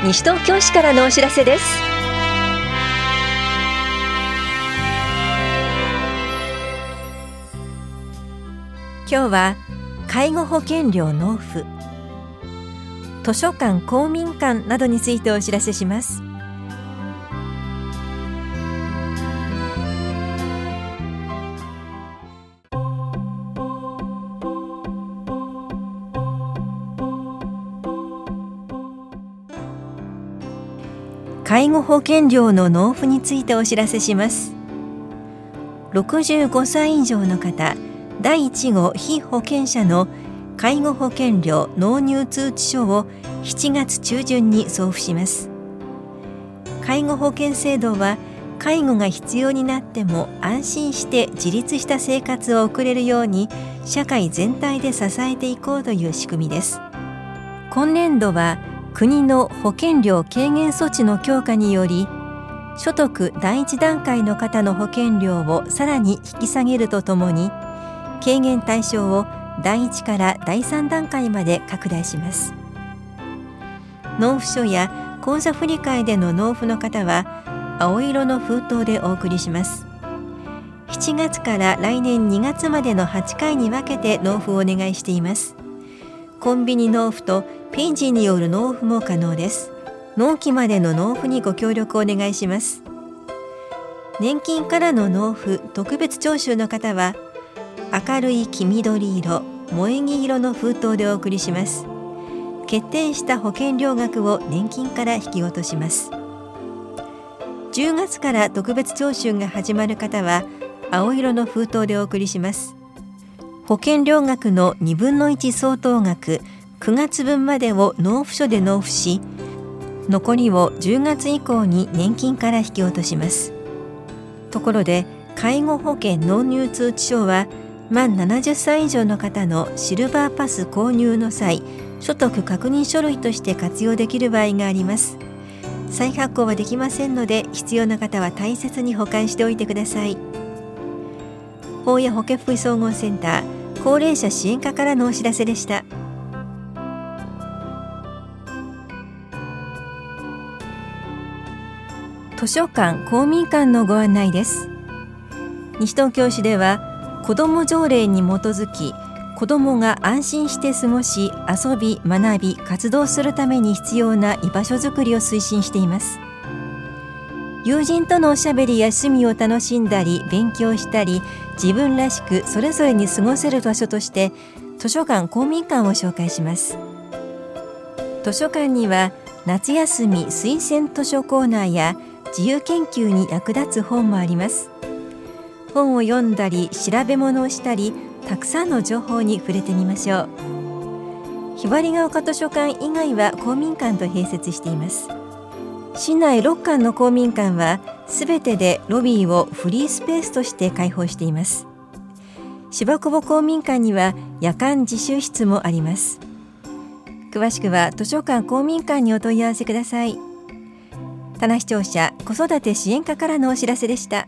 西東京市からのお知らせです。今日は介護保険料納付、図書館公民館などについてお知らせします。介護保険料の納付についてお知らせします。65歳以上の方、第1号被保険者の介護保険料納入通知書を7月中旬に送付します。介護保険制度は、介護が必要になっても安心して自立した生活を送れるように社会全体で支えていこうという仕組みです。今年度は国の保険料軽減措置の強化により、所得第一段階の方の保険料をさらに引き下げるとともに、軽減対象を第1から第3段階まで拡大します。納付書や口座振替での納付の方は、青色の封筒でお送りします。7月から来年2月までの8回に分けて納付をお願いしています。コンビニ納付とペイジーによる納付も可能です。納期までの納付にご協力をお願いします。年金からの納付特別徴収の方は、明るい黄緑色、萌木色の封筒でお送りします。決定した保険料額を年金から引き落とします。10月から特別徴収が始まる方は、青色の封筒でお送りします。保険料額の2分の1相当額9月分までを納付書で納付し、残りを10月以降に年金から引き落とします。ところで、介護保険納入通知書は、満70歳以上の方のシルバーパス購入の際、所得確認書類として活用できる場合があります。再発行はできませんので、必要な方は大切に保管しておいてください。法や保健福祉総合センター高齢者支援課からのお知らせでした。図書館公民館のご案内です。西東京市では、子ども条例に基づき、子どもが安心して過ごし、遊び、学び、活動するために必要な居場所づくりを推進しています。友人とのおしゃべりや趣味を楽しんだり、勉強したり、自分らしくそれぞれに過ごせる場所として、図書館公民館を紹介します。図書館には、夏休み推薦図書コーナーや自由研究に役立つ本もあります。本を読んだり、調べ物をしたり、たくさんの情報に触れてみましょう。ひばりが丘図書館以外は公民館と併設しています。市内6館の公民館は、すべてでロビーをフリースペースとして開放しています。芝久保公民館には夜間自習室もあります。詳しくは図書館公民館にお問い合わせください。棚視聴者子育て支援課からのお知らせでした。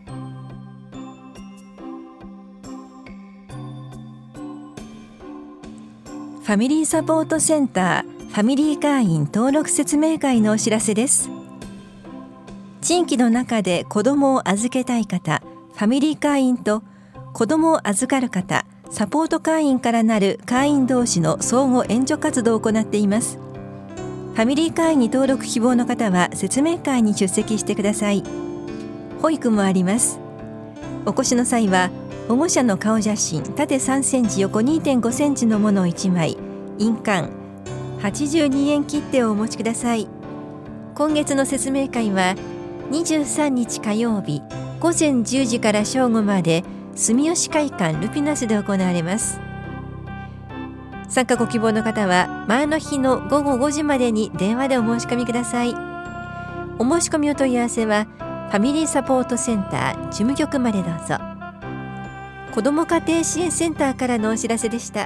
ファミリーサポートセンターファミリー会員登録説明会のお知らせです。地域の中で子どもを預けたい方、ファミリー会員と子どもを預かる方、サポート会員からなる会員同士の相互援助活動を行っています。ファミリー会員に登録希望の方は説明会に出席してください。保育もあります。お越しの際は、保護者の顔写真縦3センチ横 2.5 センチのものを1枚、印鑑82円切手をお持ちください。今月の説明会は23日火曜日午前10時から正午まで、住吉会館ルピナスで行われます。参加ご希望の方は前の日の午後5時までに電話でお申し込みください。お申し込みお問い合わせはファミリーサポートセンター事務局までどうぞ。子ども家庭支援センターからのお知らせでした。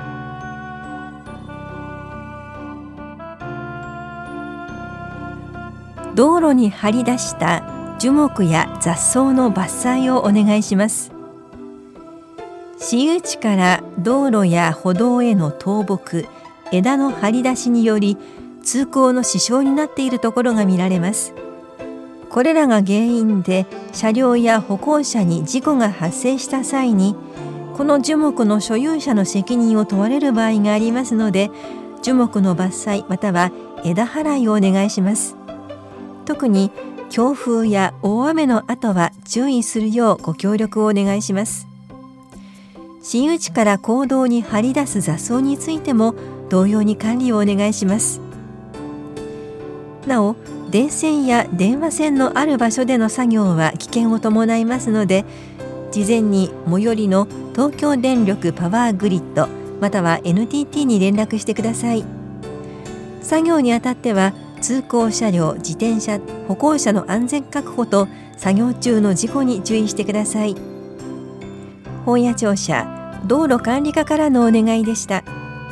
道路に張り出した樹木や雑草の伐採をお願いします。私有地から道路や歩道への倒木、枝の張り出しにより通行の支障になっているところが見られます。これらが原因で車両や歩行者に事故が発生した際に、この樹木の所有者の責任を問われる場合がありますので、樹木の伐採または枝払いをお願いします。特に強風や大雨の後は注意するようご協力をお願いします。私有地から公道に張り出す雑草についても同様に管理をお願いします。なお、電線や電話線のある場所での作業は危険を伴いますので、事前に最寄りの東京電力パワーグリッドまたは NTT に連絡してください。作業にあたっては通行車両、自転車、歩行者の安全確保と作業中の事故に注意してください。本屋庁舎道路管理課からのお願いでした。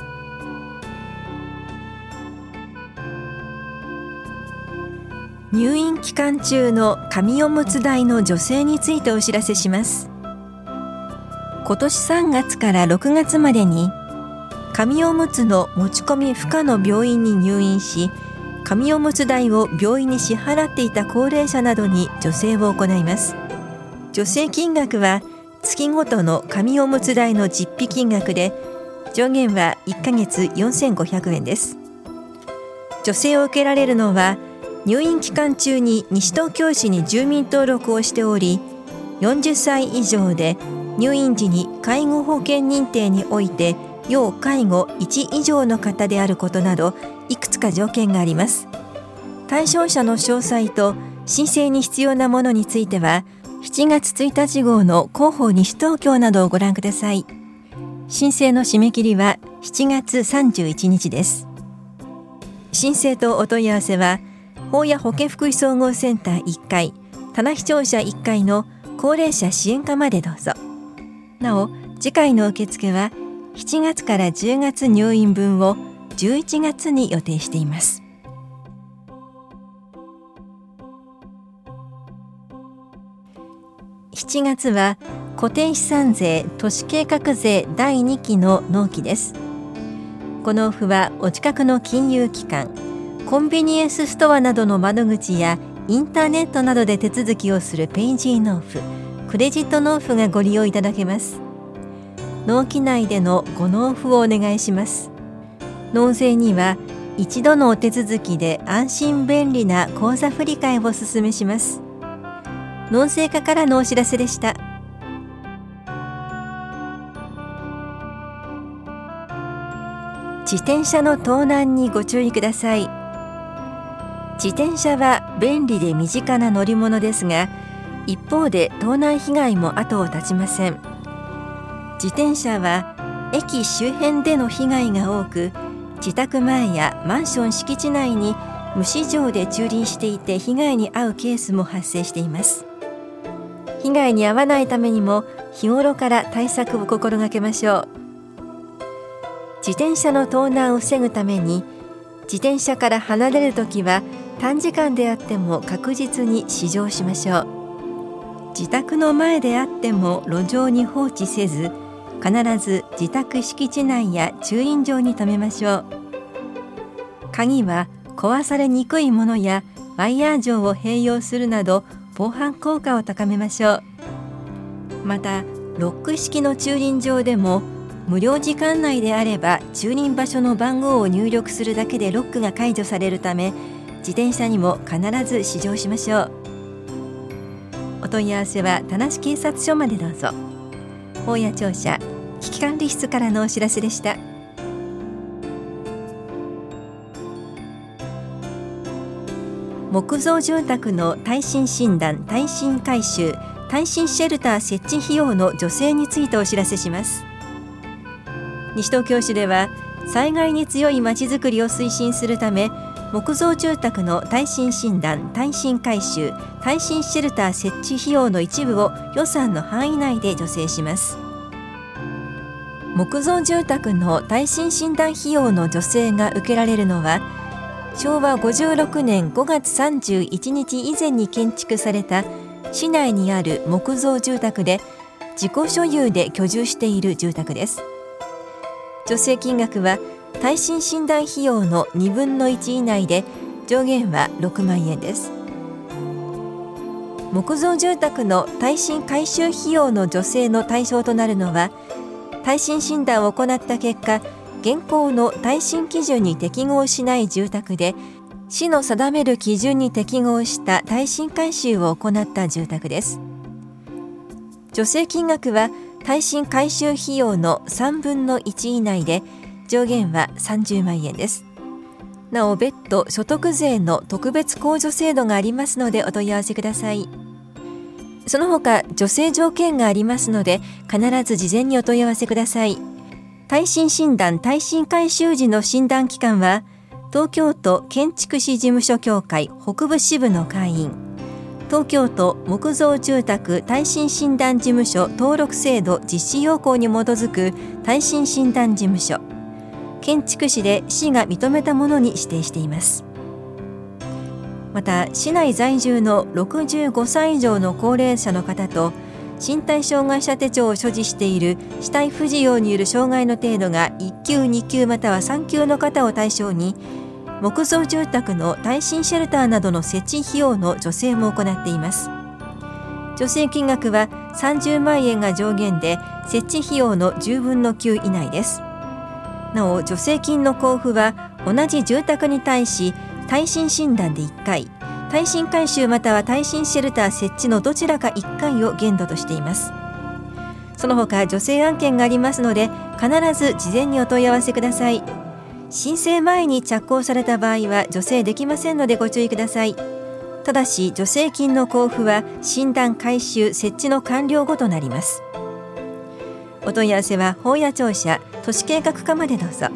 入院期間中の紙おむつ代の助成についてお知らせします。今年3月から6月までに紙おむつの持ち込み不可の病院に入院し、紙おむつ代を病院に支払っていた高齢者などに助成を行います。助成金額は月ごとの紙おむつ代の実費金額で、上限は1ヶ月4500円です。助成を受けられるのは、入院期間中に西東京市に住民登録をしており、40歳以上で入院時に介護保険認定において要介護1以上の方であることなど、いくつか条件があります。対象者の詳細と申請に必要なものについては、7月1日号の広報西東京などをご覧ください。申請の締め切りは7月31日です。申請とお問い合わせは、法や保健福祉総合センター1階、棚視聴者1階の高齢者支援課までどうぞ。なお、次回の受付は7月から10月入院分を11月に予定しています。7月は固定資産税都市計画税第2期の納期です。ご納付はお近くの金融機関、コンビニエンスストアなどの窓口やインターネットなどで手続きをするペイジー納付、クレジット納付がご利用いただけます。納期内でのご納付をお願いします。納税には一度のお手続きで安心便利な口座振替をお勧めします。納税課からのお知らせでした。自転車の盗難にご注意ください。自転車は便利で身近な乗り物ですが、一方で盗難被害も後を絶ちません。自転車は駅周辺での被害が多く、自宅前やマンション敷地内に無施錠で駐輪していて被害に遭うケースも発生しています。被害に遭わないためにも日頃から対策を心がけましょう。自転車の盗難を防ぐために、自転車から離れるときは短時間であっても確実に試乗しましょう。自宅の前であっても路上に放置せず、必ず自宅敷地内や駐輪場に停めましょう。鍵は壊されにくいものやワイヤー錠を併用するなど防犯効果を高めましょう。また、ロック式の駐輪場でも無料時間内であれば駐輪場所の番号を入力するだけでロックが解除されるため、自転車にも必ず試乗しましょう。お問い合わせは田無警察署までどうぞ。本屋庁舎危機管理室からのお知らせでした。木造住宅の耐震診断、耐震改修、耐震シェルター設置費用の助成についてお知らせします。西東京市では災害に強いまちづくりを推進するため、木造住宅の耐震診断、耐震改修、耐震シェルター設置費用の一部を予算の範囲内で助成します。木造住宅の耐震診断費用の助成が受けられるのは、昭和56年5月31日以前に建築された市内にある木造住宅で自己所有で居住している住宅です。助成金額は耐震診断費用の2分の1以内で上限は6万円です。木造住宅の耐震改修費用の助成の対象となるのは、耐震診断を行った結果、現行の耐震基準に適合しない住宅で、市の定める基準に適合した耐震改修を行った住宅です。助成金額は耐震改修費用の3分の1以内で、上限は30万円です。なお別途所得税の特別控除制度がありますのでお問い合わせください。その他助成条件がありますので必ず事前にお問い合わせください。耐震診断・耐震改修時の診断機関は東京都建築士事務所協会北部支部の会員、東京都木造住宅耐震診断事務所登録制度実施要項に基づく耐震診断事務所、建築士で市が認めたものに指定しています。また市内在住の65歳以上の高齢者の方と身体障害者手帳を所持している肢体不自由による障害の程度が1級2級または3級の方を対象に、木造住宅の耐震シェルターなどの設置費用の助成も行っています。助成金額は30万円が上限で設置費用の10分の9以内です。なお助成金の交付は同じ住宅に対し耐震診断で1回、耐震改修または耐震シェルター設置のどちらか1回を限度としています。その他助成案件がありますので必ず事前にお問い合わせください。申請前に着工された場合は助成できませんのでご注意ください。ただし助成金の交付は診断改修設置の完了後となります。お問い合わせは本屋庁舎都市計画課までどうぞ。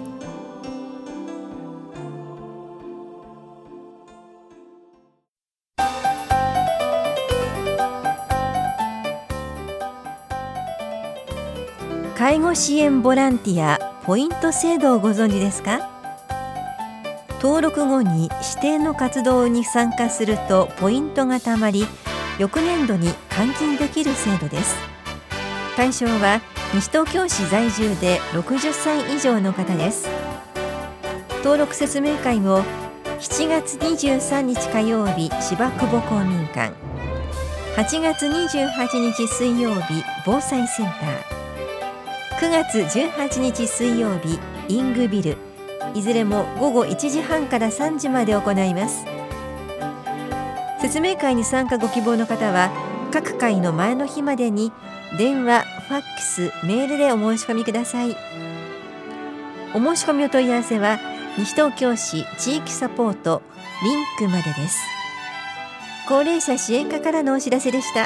介護支援ボランティアポイント制度をご存知ですか？登録後に指定の活動に参加するとポイントが貯まり、翌年度に換金できる制度です。対象は西東京市在住で60歳以上の方です。登録説明会を7月23日火曜日芝久保公民館、8月28日水曜日防災センター、9月18日水曜日イングビル、いずれも午後1時半から3時まで行います。説明会に参加ご希望の方は各回の前の日までに電話、ファックス、メールでお申し込みください。お申し込みお問い合わせは西東京市地域サポートリンクまでです。高齢者支援課からのお知らせでした。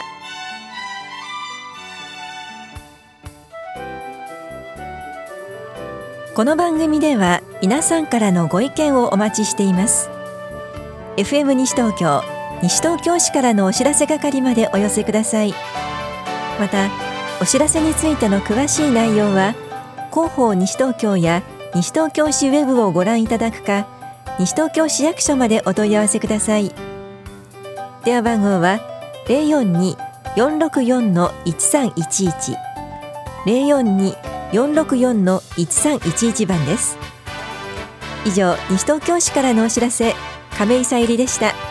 この番組では皆さんからのご意見をお待ちしています。 FM 西東京、西東京市からのお知らせ係までお寄せください。またお知らせについての詳しい内容は広報西東京や西東京市ウェブをご覧いただくか、西東京市役所までお問い合わせください。電話番号は 042-464-1311 042-464-1311 番です。以上、西東京市からのお知らせ、亀井さゆりでした。